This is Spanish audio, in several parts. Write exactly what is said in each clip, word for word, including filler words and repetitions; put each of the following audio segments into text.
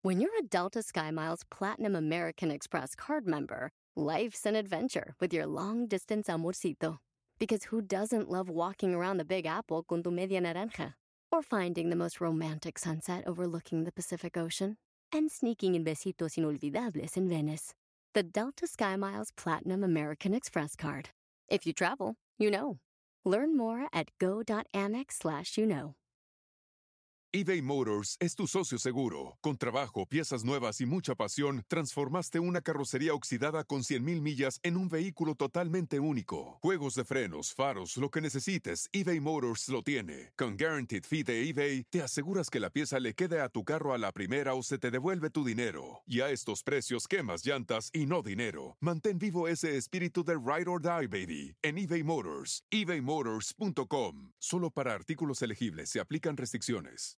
When you're a Delta SkyMiles Platinum American Express card member, life's an adventure with your long-distance amorcito. Because who doesn't love walking around the Big Apple con tu media naranja? Or finding the most romantic sunset overlooking the Pacific Ocean? And sneaking in besitos inolvidables in Venice. The Delta SkyMiles Platinum American Express card. If you travel, you know. Learn more at go.amex slash you know. eBay Motors es tu socio seguro. Con trabajo, piezas nuevas y mucha pasión, transformaste una carrocería oxidada con cien mil millas en un vehículo totalmente único. Juegos de frenos, faros, lo que necesites, eBay Motors lo tiene. Con Guaranteed Fee de eBay, te aseguras que la pieza le quede a tu carro a la primera o se te devuelve tu dinero. Y a estos precios, quemas llantas y no dinero. Mantén vivo ese espíritu de Ride or Die, baby, en eBay Motors. ebay motors punto com. Solo para artículos elegibles se aplican restricciones.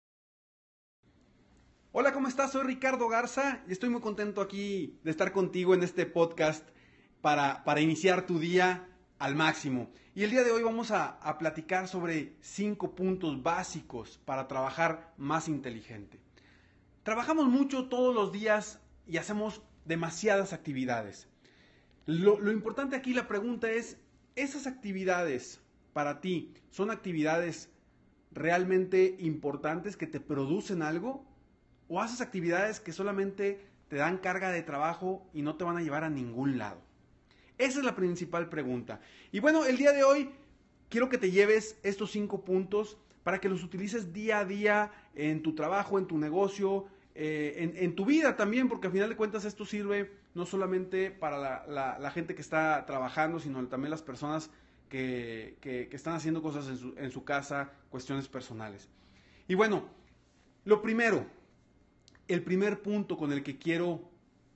Hola, ¿cómo estás? Soy Ricardo Garza y estoy muy contento aquí de estar contigo en este podcast para, para iniciar tu día al máximo. Y el día de hoy vamos a, a platicar sobre cinco puntos básicos para trabajar más inteligente. Trabajamos mucho todos los días y hacemos demasiadas actividades. Lo, lo importante aquí, la pregunta es, ¿esas actividades para ti son actividades realmente importantes que te producen algo? ¿O haces actividades que solamente te dan carga de trabajo y no te van a llevar a ningún lado? Esa es la principal pregunta. Y bueno, el día de hoy quiero que te lleves estos cinco puntos para que los utilices día a día en tu trabajo, en tu negocio, eh, en, en tu vida también, porque al final de cuentas esto sirve no solamente para la, la, la gente que está trabajando, sino también las personas que, que, que están haciendo cosas en su, en su casa, cuestiones personales. Y bueno, lo primero... El primer punto con el que quiero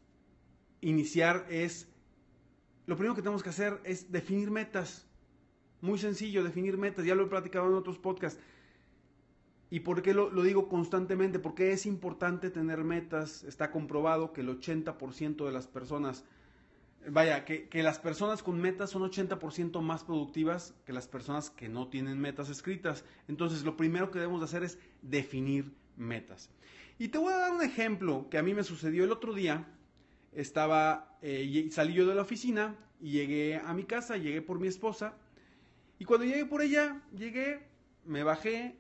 iniciar es, lo primero que tenemos que hacer es definir metas. Muy sencillo, definir metas, ya lo he platicado en otros podcasts. ¿Y por qué lo, lo digo constantemente? Porque es importante tener metas. Está comprobado que el ochenta por ciento de las personas, vaya, que, que las personas con metas son ochenta por ciento más productivas que las personas que no tienen metas escritas. Entonces, lo primero que debemos de hacer es definir metas. Y te voy a dar un ejemplo que a mí me sucedió el otro día. Estaba, eh, salí yo de la oficina y llegué a mi casa, llegué por mi esposa. Y cuando llegué por ella, llegué, me bajé,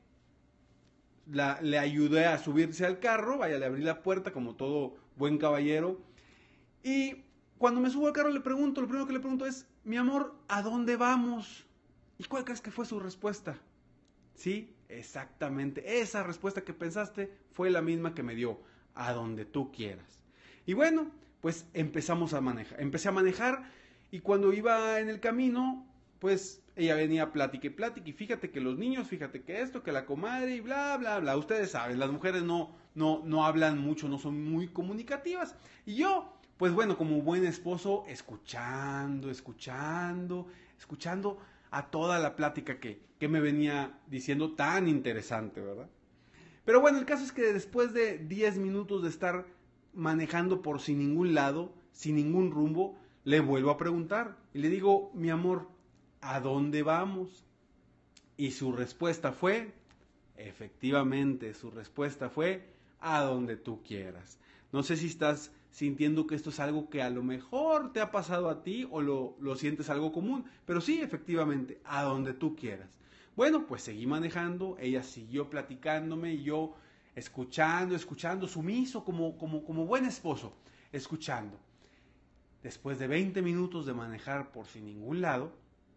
la, le ayudé a subirse al carro, vaya, le abrí la puerta como todo buen caballero. Y cuando me subo al carro le pregunto, lo primero que le pregunto es, mi amor, ¿a dónde vamos? ¿Y cuál crees que fue su respuesta? Sí, exactamente, esa respuesta que pensaste fue la misma que me dio, a donde tú quieras. Y bueno, pues empezamos a manejar, empecé a manejar y cuando iba en el camino, pues ella venía plática y plática y fíjate que los niños, fíjate que esto, que la comadre y bla, bla, bla. Ustedes saben, las mujeres no, no, no hablan mucho, no son muy comunicativas. Y yo, pues bueno, como buen esposo, escuchando, escuchando, escuchando a toda la plática que, que me venía diciendo tan interesante, ¿verdad? Pero bueno, el caso es que después de diez minutos de estar manejando por sin ningún lado, sin ningún rumbo, le vuelvo a preguntar y le digo, mi amor, ¿a dónde vamos? Y su respuesta fue, efectivamente, su respuesta fue, a donde tú quieras. No sé si estás sintiendo que esto es algo que a lo mejor te ha pasado a ti o lo, lo sientes algo común, pero sí, efectivamente, a donde tú quieras. Bueno, pues seguí manejando, ella siguió platicándome y yo escuchando, escuchando, sumiso como, como, como buen esposo, escuchando. Después de veinte minutos de manejar por sin ningún lado,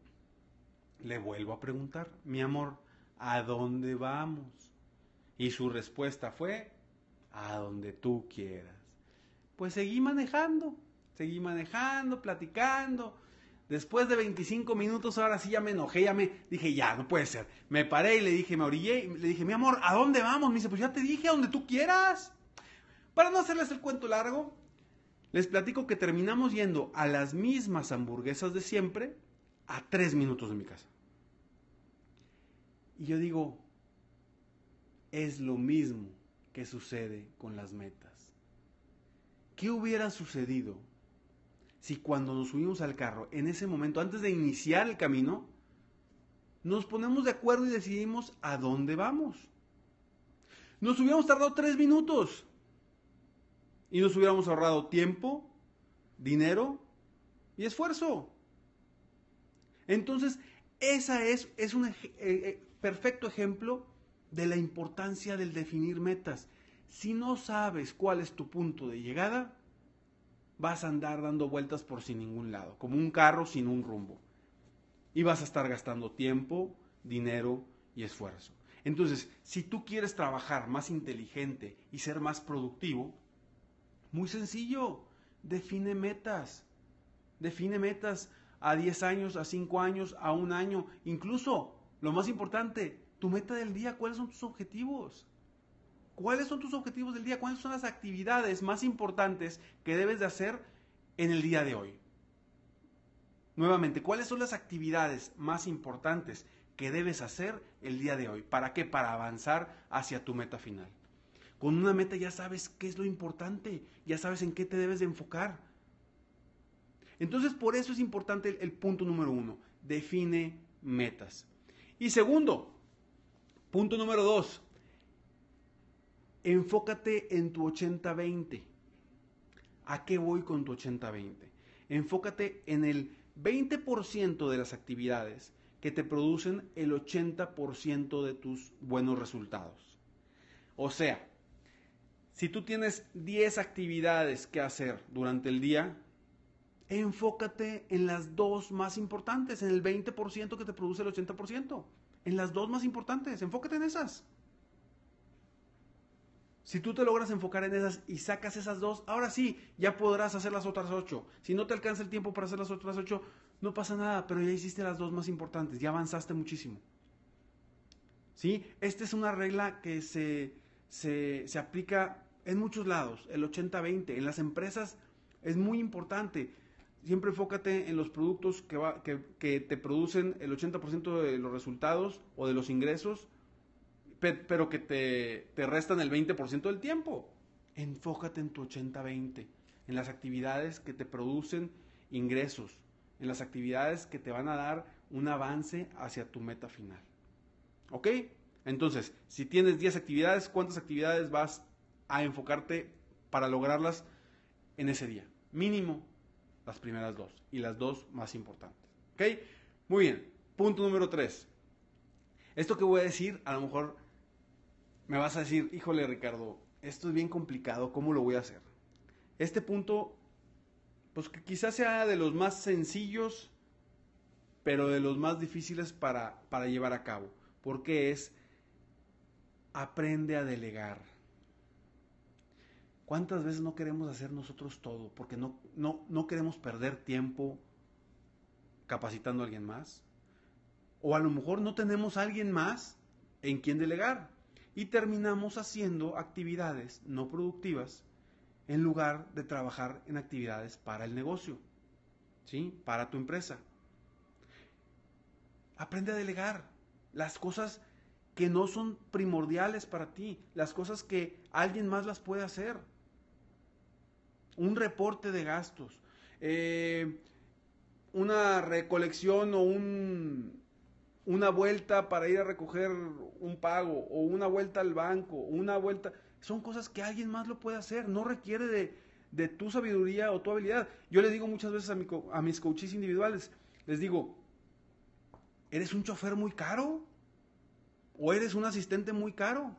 le vuelvo a preguntar, mi amor, ¿a dónde vamos? Y su respuesta fue, a donde tú quieras. Pues seguí manejando, seguí manejando, platicando. Después de veinticinco minutos, ahora sí ya me enojé, ya me dije, ya, no puede ser. Me paré y le dije, me orillé, y le dije, mi amor, ¿a dónde vamos? Me dice, pues ya te dije, a donde tú quieras. Para no hacerles el cuento largo, les platico que terminamos yendo a las mismas hamburguesas de siempre, a tres minutos de mi casa. Y yo digo, es lo mismo que sucede con las metas. ¿Qué hubiera sucedido si cuando nos subimos al carro, en ese momento, antes de iniciar el camino, nos ponemos de acuerdo y decidimos a dónde vamos? Nos hubiéramos tardado tres minutos. Y nos hubiéramos ahorrado tiempo, dinero y esfuerzo. Entonces, esa es, es un ej- eh, perfecto ejemplo de la importancia del definir metas. Si no sabes cuál es tu punto de llegada, vas a andar dando vueltas por sin ningún lado, como un carro sin un rumbo. Y vas a estar gastando tiempo, dinero y esfuerzo. Entonces, si tú quieres trabajar más inteligente y ser más productivo, muy sencillo, define metas. Define metas a diez años, a cinco años, a un año. Incluso, lo más importante, tu meta del día, ¿cuáles son tus objetivos? ¿Cuáles son tus objetivos del día? ¿Cuáles son las actividades más importantes que debes de hacer en el día de hoy? Nuevamente, ¿cuáles son las actividades más importantes que debes hacer el día de hoy? ¿Para qué? Para avanzar hacia tu meta final. Con una meta ya sabes qué es lo importante, ya sabes en qué te debes de enfocar. Entonces, por eso es importante el, el punto número uno, define metas. Y segundo, punto número dos, enfócate en tu ochenta veinte. ¿A qué voy con tu ochenta veinte? Enfócate en el veinte por ciento de las actividades que te producen el ochenta por ciento de tus buenos resultados. O sea, si tú tienes diez actividades que hacer durante el día, enfócate en las dos más importantes, en el veinte por ciento que te produce el ochenta por ciento. En las dos más importantes, enfócate en esas. Si tú te logras enfocar en esas y sacas esas dos, ahora sí, ya podrás hacer las otras ocho. Si no te alcanza el tiempo para hacer las otras ocho, no pasa nada, pero ya hiciste las dos más importantes, ya avanzaste muchísimo. ¿Sí? Esta es una regla que se, se, se aplica en muchos lados, el ochenta veinte. En las empresas es muy importante. Siempre enfócate en los productos que, va, que, que te producen el ochenta por ciento de los resultados o de los ingresos, pero que te, te restan el veinte por ciento del tiempo. Enfócate en tu ochenta veinte, en las actividades que te producen ingresos, en las actividades que te van a dar un avance hacia tu meta final. ¿Ok? Entonces, si tienes diez actividades, ¿cuántas actividades vas a enfocarte para lograrlas en ese día? Mínimo las primeras dos y las dos más importantes. ¿Ok? Muy bien. Punto número tres. Esto que voy a decir, a lo mejor me vas a decir, híjole Ricardo, esto es bien complicado, ¿cómo lo voy a hacer? Este punto, pues que quizás sea de los más sencillos, pero de los más difíciles para, para llevar a cabo, porque es, aprende a delegar. ¿Cuántas veces no queremos hacer nosotros todo? Porque no, no, no queremos perder tiempo capacitando a alguien más. O a lo mejor no tenemos a alguien más en quien delegar. Y terminamos haciendo actividades no productivas en lugar de trabajar en actividades para el negocio, ¿sí? Para tu empresa. Aprende a delegar las cosas que no son primordiales para ti, las cosas que alguien más las puede hacer. Un reporte de gastos, eh, una recolección o un, una vuelta para ir a recoger un pago, o una vuelta al banco, o una vuelta, son cosas que alguien más lo puede hacer, no requiere de, de tu sabiduría o tu habilidad. Yo les digo muchas veces a, mi, a mis coaches individuales, les digo, ¿eres un chofer muy caro? ¿O eres un asistente muy caro?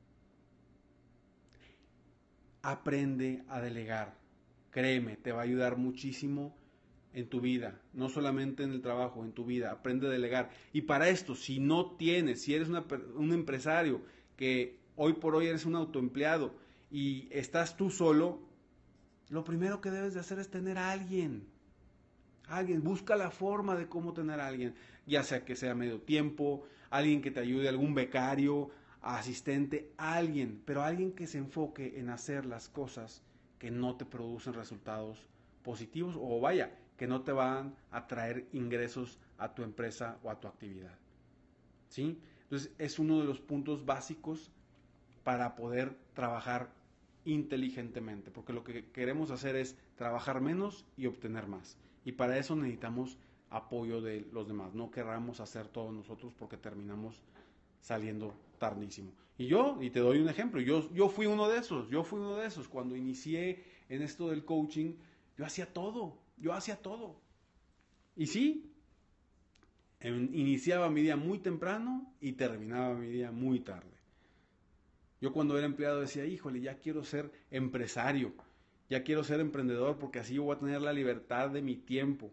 Aprende a delegar. Créeme, te va a ayudar muchísimo en tu vida, no solamente en el trabajo, en tu vida. Aprende a delegar. Y para esto, si no tienes, si eres una, un empresario que hoy por hoy eres un autoempleado y estás tú solo, lo primero que debes de hacer es tener a alguien. Alguien, busca la forma de cómo tener a alguien, ya sea que sea medio tiempo, alguien que te ayude, algún becario, asistente, alguien, pero alguien que se enfoque en hacer las cosas que no te producen resultados positivos o vaya, que no te van a traer ingresos a tu empresa o a tu actividad. ¿Sí? Entonces es uno de los puntos básicos para poder trabajar inteligentemente, porque lo que queremos hacer es trabajar menos y obtener más. Y para eso necesitamos apoyo de los demás. No querramos hacer todo nosotros porque terminamos saliendo tardísimo. Y yo, y te doy un ejemplo, yo, yo fui uno de esos, yo fui uno de esos. Cuando inicié en esto del coaching, yo hacía todo, yo hacía todo. Y sí, en, iniciaba mi día muy temprano y terminaba mi día muy tarde. Yo cuando era empleado decía, híjole, ya quiero ser empresario, ya quiero ser emprendedor porque así yo voy a tener la libertad de mi tiempo.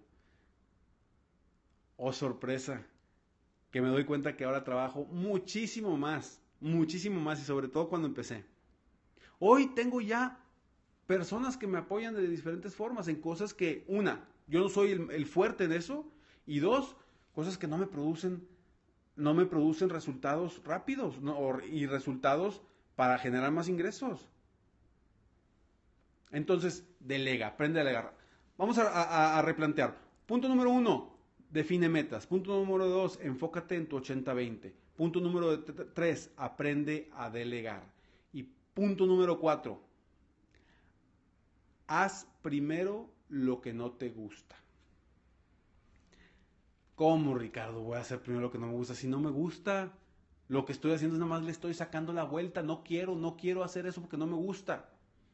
Oh, sorpresa, que me doy cuenta que ahora trabajo muchísimo más, muchísimo más y sobre todo cuando empecé. Hoy tengo ya personas que me apoyan de diferentes formas en cosas que, una, yo no soy el, el fuerte en eso, y dos, cosas que no me producen, no me producen resultados rápidos, ¿no? o, y resultados para generar más ingresos. Entonces, delega, aprende a delegar. Vamos a, a, a replantear. Punto número uno, define metas. Punto número dos, enfócate en tu ochenta veinte. Punto número tres, aprende a delegar. Y punto número cuatro, haz primero lo que no te gusta. ¿Cómo, Ricardo? Voy a hacer primero lo que no me gusta. Si no me gusta, lo que estoy haciendo es nada más le estoy sacando la vuelta. No quiero, no quiero hacer eso porque no me gusta.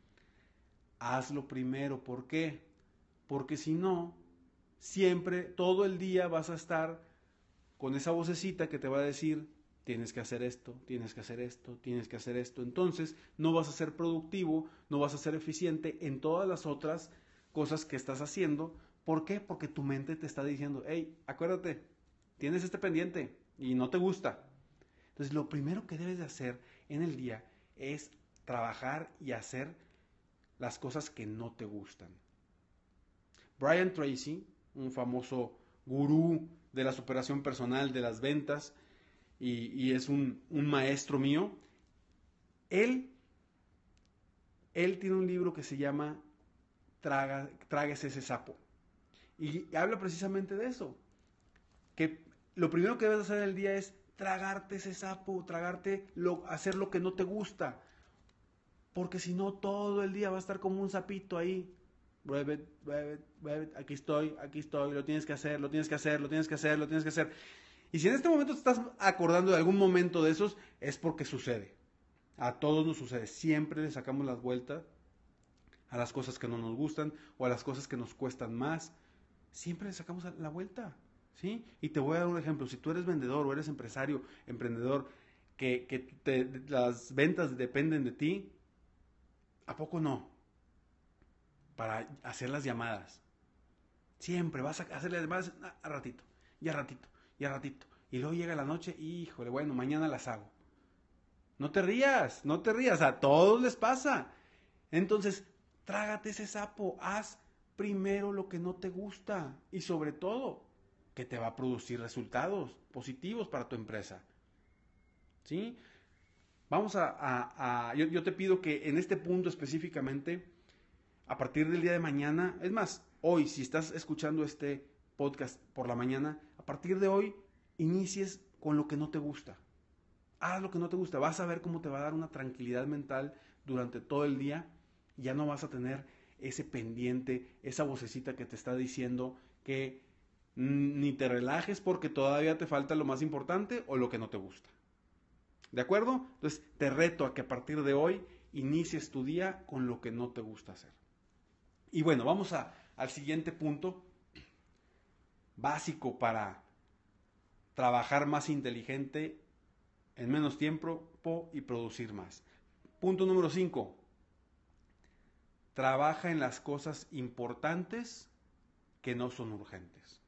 Hazlo primero. ¿Por qué? Porque si no, siempre, todo el día vas a estar con esa vocecita que te va a decir, tienes que hacer esto, tienes que hacer esto, tienes que hacer esto. Entonces, no vas a ser productivo, no vas a ser eficiente en todas las otras cosas que estás haciendo. ¿Por qué? Porque tu mente te está diciendo, hey, acuérdate, tienes este pendiente y no te gusta. Entonces, lo primero que debes de hacer en el día es trabajar y hacer las cosas que no te gustan. Brian Tracy, un famoso gurú de la superación personal, de las ventas, y, y es un, un maestro mío, él, él tiene un libro que se llama Traga, Tráguese ese sapo. Y habla precisamente de eso, que lo primero que debes hacer en el día es tragarte ese sapo, tragarte, lo, hacer lo que no te gusta, porque si no todo el día va a estar como un sapito ahí, Brevet, brevet, brevet, aquí estoy, aquí estoy, lo tienes que hacer, lo tienes que hacer, lo tienes que hacer, lo tienes que hacer. Y si en este momento te estás acordando de algún momento de esos, es porque sucede. A todos nos sucede, siempre le sacamos las vueltas a las cosas que no nos gustan o a las cosas que nos cuestan más. Siempre le sacamos la vuelta, ¿sí? Y te voy a dar un ejemplo. Si tú eres vendedor o eres empresario, emprendedor, que, que te, las ventas dependen de ti, ¿a poco no? Para hacer las llamadas. Siempre vas a hacer las llamadas a ratito, y a ratito, y a ratito. Y luego llega la noche, híjole, bueno, mañana las hago. No te rías, no te rías, a todos les pasa. Entonces, trágate ese sapo, haz primero lo que no te gusta y sobre todo que te va a producir resultados positivos para tu empresa. ¿Sí? Vamos a, a, a yo, yo te pido que en este punto específicamente, a partir del día de mañana, es más, hoy, si estás escuchando este podcast por la mañana, a partir de hoy, inicies con lo que no te gusta. Haz lo que no te gusta, vas a ver cómo te va a dar una tranquilidad mental durante todo el día y ya no vas a tener ese pendiente, esa vocecita que te está diciendo que ni te relajes porque todavía te falta lo más importante o lo que no te gusta. ¿De acuerdo? Entonces, te reto a que a partir de hoy inicies tu día con lo que no te gusta hacer. Y bueno, vamos a, al siguiente punto básico para trabajar más inteligente en menos tiempo y producir más. Punto número cinco. Trabaja en las cosas importantes que no son urgentes.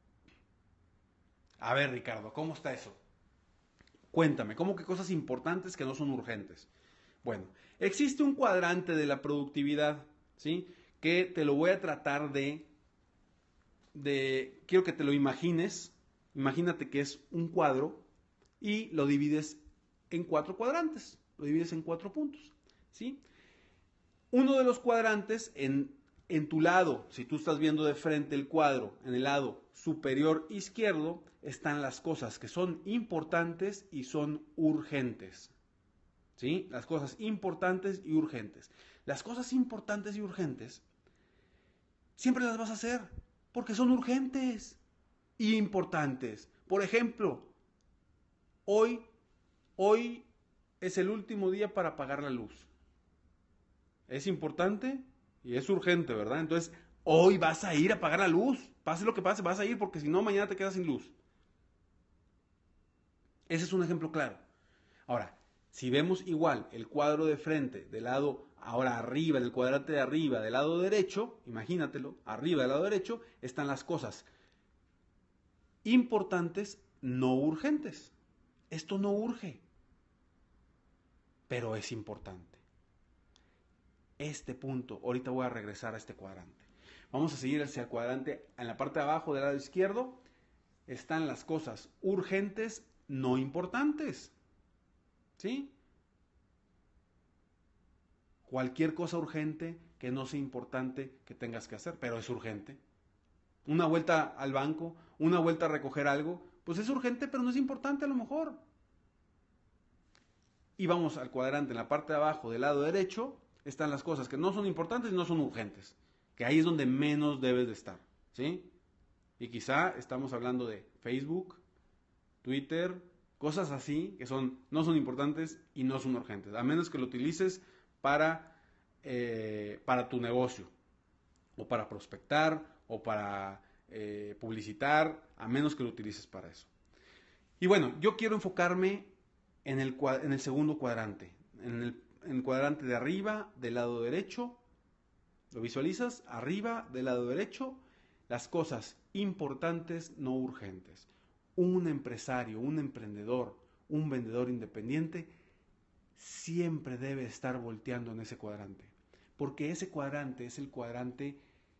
A ver, Ricardo, ¿cómo está eso? Cuéntame, ¿cómo que cosas importantes que no son urgentes? Bueno, existe un cuadrante de la productividad, ¿sí? Que te lo voy a tratar de, de, quiero que te lo imagines, imagínate que es un cuadro y lo divides en cuatro cuadrantes, lo divides en cuatro puntos, ¿sí? Uno de los cuadrantes en, en tu lado, si tú estás viendo de frente el cuadro, en el lado superior izquierdo, están las cosas que son importantes y son urgentes, ¿sí? Las cosas importantes y urgentes. Las cosas importantes y urgentes siempre las vas a hacer porque son urgentes y importantes. Por ejemplo, hoy hoy es el último día para pagar la luz. Es importante y es urgente, ¿verdad? Entonces, hoy vas a ir a pagar la luz. Pase lo que pase, vas a ir porque si no, mañana te quedas sin luz. Ese es un ejemplo claro. Ahora, si vemos igual el cuadro de frente, del lado, ahora arriba, en el cuadrante de arriba, del lado derecho, imagínatelo, arriba del lado derecho, están las cosas importantes, no urgentes. Esto no urge, pero es importante. Este punto, ahorita voy a regresar a este cuadrante. Vamos a seguir hacia el cuadrante, en la parte de abajo del lado izquierdo, están las cosas urgentes, no importantes. ¿Sí? Cualquier cosa urgente que no sea importante que tengas que hacer, pero es urgente. Una vuelta al banco, una vuelta a recoger algo, pues es urgente, pero no es importante a lo mejor. Y vamos al cuadrante, en la parte de abajo del lado derecho, están las cosas que no son importantes y no son urgentes, que ahí es donde menos debes de estar, ¿sí? Y quizá estamos hablando de Facebook, Twitter, cosas así que son, no son importantes y no son urgentes, a menos que lo utilices para, eh, para tu negocio, o para prospectar, o para eh, publicitar, a menos que lo utilices para eso. Y bueno, yo quiero enfocarme en el, en el segundo cuadrante, en el, en el cuadrante de arriba, del lado derecho. ¿Lo visualizas? Arriba, del lado derecho, las cosas importantes, no urgentes. Un empresario, un emprendedor, un vendedor independiente siempre debe estar volteando en ese cuadrante, porque ese cuadrante es el cuadrante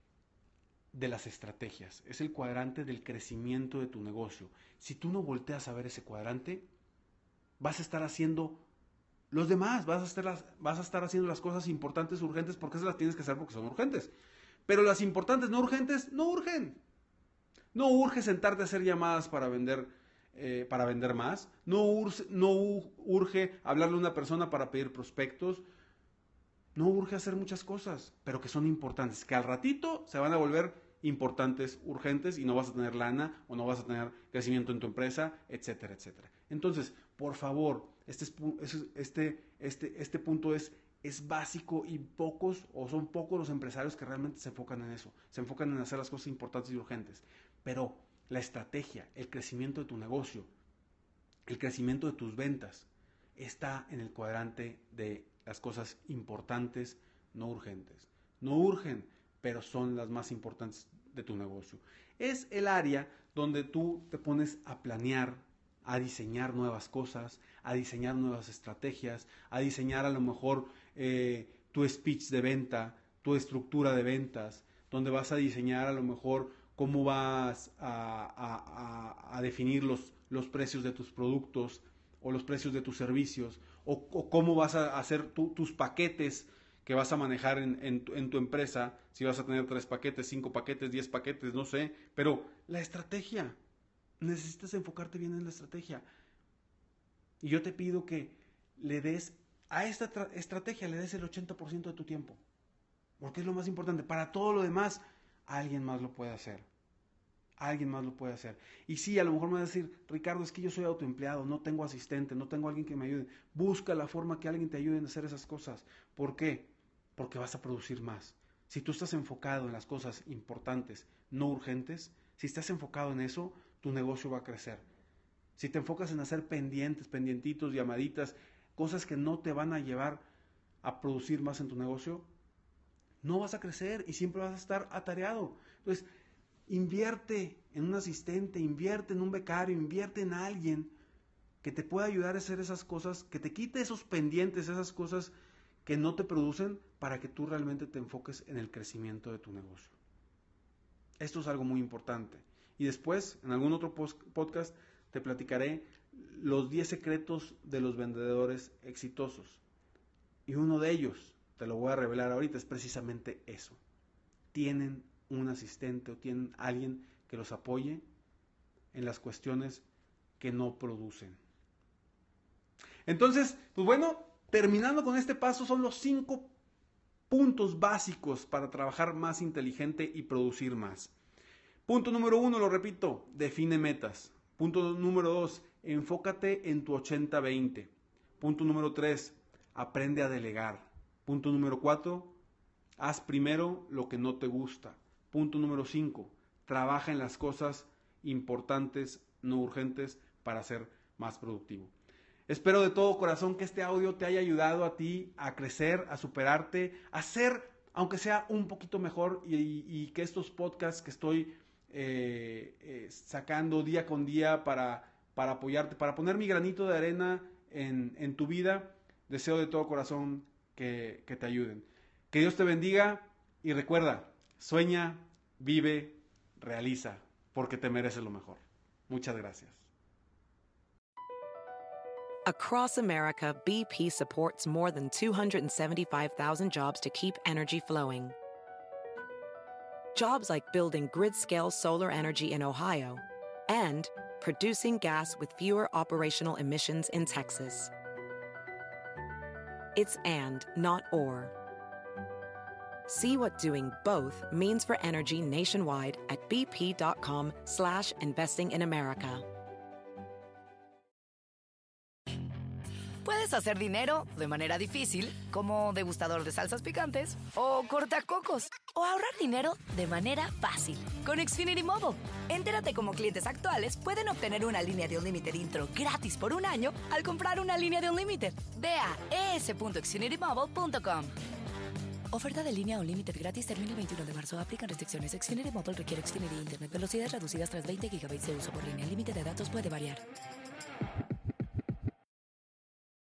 de las estrategias, es el cuadrante del crecimiento de tu negocio. Si tú no volteas a ver ese cuadrante, vas a estar haciendo los demás, vas a estar, las, vas a estar haciendo las cosas importantes, urgentes, porque esas las tienes que hacer porque son urgentes. Pero las importantes no urgentes no urgen. No urge sentarte a hacer llamadas para vender, eh, para vender más. No urge, no urge hablarle a una persona para pedir prospectos. No urge hacer muchas cosas, pero que son importantes, que al ratito se van a volver importantes, urgentes, y no vas a tener lana o no vas a tener crecimiento en tu empresa, etcétera, etcétera. Entonces, por favor, este, es, este, este, este punto es, es básico y pocos, o son pocos los empresarios que realmente se enfocan en eso, se enfocan en hacer las cosas importantes y urgentes. Pero la estrategia, el crecimiento de tu negocio, el crecimiento de tus ventas, está en el cuadrante de las cosas importantes, no urgentes. No urgen, pero son las más importantes de tu negocio. Es el área donde tú te pones a planear, a diseñar nuevas cosas, a diseñar nuevas estrategias, a diseñar a lo mejor eh, tu speech de venta, tu estructura de ventas, donde vas a diseñar a lo mejor cómo vas a, a, a, a definir los, los precios de tus productos o los precios de tus servicios, o, o cómo vas a hacer tu, tus paquetes que vas a manejar en, en, tu, en tu empresa, si vas a tener tres paquetes, cinco paquetes, diez paquetes, no sé, pero la estrategia, necesitas enfocarte bien en la estrategia. Y yo te pido que le des, a esta estrategia le des el ochenta por ciento de tu tiempo, porque es lo más importante. Para todo lo demás, alguien más lo puede hacer. Alguien más lo puede hacer. Y sí, a lo mejor me vas a decir, Ricardo, es que yo soy autoempleado, no tengo asistente, no tengo alguien que me ayude. Busca la forma que alguien te ayude a hacer esas cosas. ¿Por qué? Porque vas a producir más. Si tú estás enfocado en las cosas importantes, no urgentes, si estás enfocado en eso, tu negocio va a crecer. Si te enfocas en hacer pendientes, pendientitos, llamaditas, cosas que no te van a llevar a producir más en tu negocio, no vas a crecer y siempre vas a estar atareado. Entonces, invierte en un asistente, invierte en un becario, invierte en alguien que te pueda ayudar a hacer esas cosas, que te quite esos pendientes, esas cosas que no te producen, para que tú realmente te enfoques en el crecimiento de tu negocio. Esto es algo muy importante. Y después, en algún otro podcast, te platicaré los diez secretos de los vendedores exitosos. Y uno de ellos, te lo voy a revelar ahorita, es precisamente eso. Tienen un asistente o tienen alguien que los apoye en las cuestiones que no producen. Entonces, pues bueno, terminando con este paso, son los cinco puntos básicos para trabajar más inteligente y producir más. Punto número uno, lo repito, define metas. Punto número dos, enfócate en tu ochenta veinte. Punto número tres, aprende a delegar. Punto número cuatro, haz primero lo que no te gusta. Punto número cinco, trabaja en las cosas importantes, no urgentes, para ser más productivo. Espero de todo corazón que este audio te haya ayudado a ti a crecer, a superarte, a ser, aunque sea un poquito mejor, y, y que estos podcasts que estoy eh, eh, sacando día con día para, para apoyarte, para poner mi granito de arena en, en tu vida, deseo de todo corazón que, que te ayuden. Que Dios te bendiga y recuerda, sueña, vive, realiza, porque te mereces lo mejor. Muchas gracias. Across America, B P supports more than two hundred seventy-five thousand jobs to keep energy flowing. Jobs like building grid-scale solar energy in Ohio and producing gas with fewer operational emissions in Texas. It's and, not or. See what doing both means for energy nationwide at bp.com slash investing in America. Puedes hacer dinero de manera difícil, como degustador de salsas picantes, o cortacocos, o ahorrar dinero de manera fácil con Xfinity Mobile. Entérate cómo clientes actuales pueden obtener una línea de Unlimited intro gratis por un año al comprar una línea de Unlimited. Ve a e s punto xfinity mobile punto com. Oferta de línea Unlimited gratis termina el veintiuno de marzo. Aplican restricciones. Xfinity Mobile requiere Xfinity Internet. Velocidades reducidas tras veinte gigabytes de uso por línea. El límite de datos puede variar.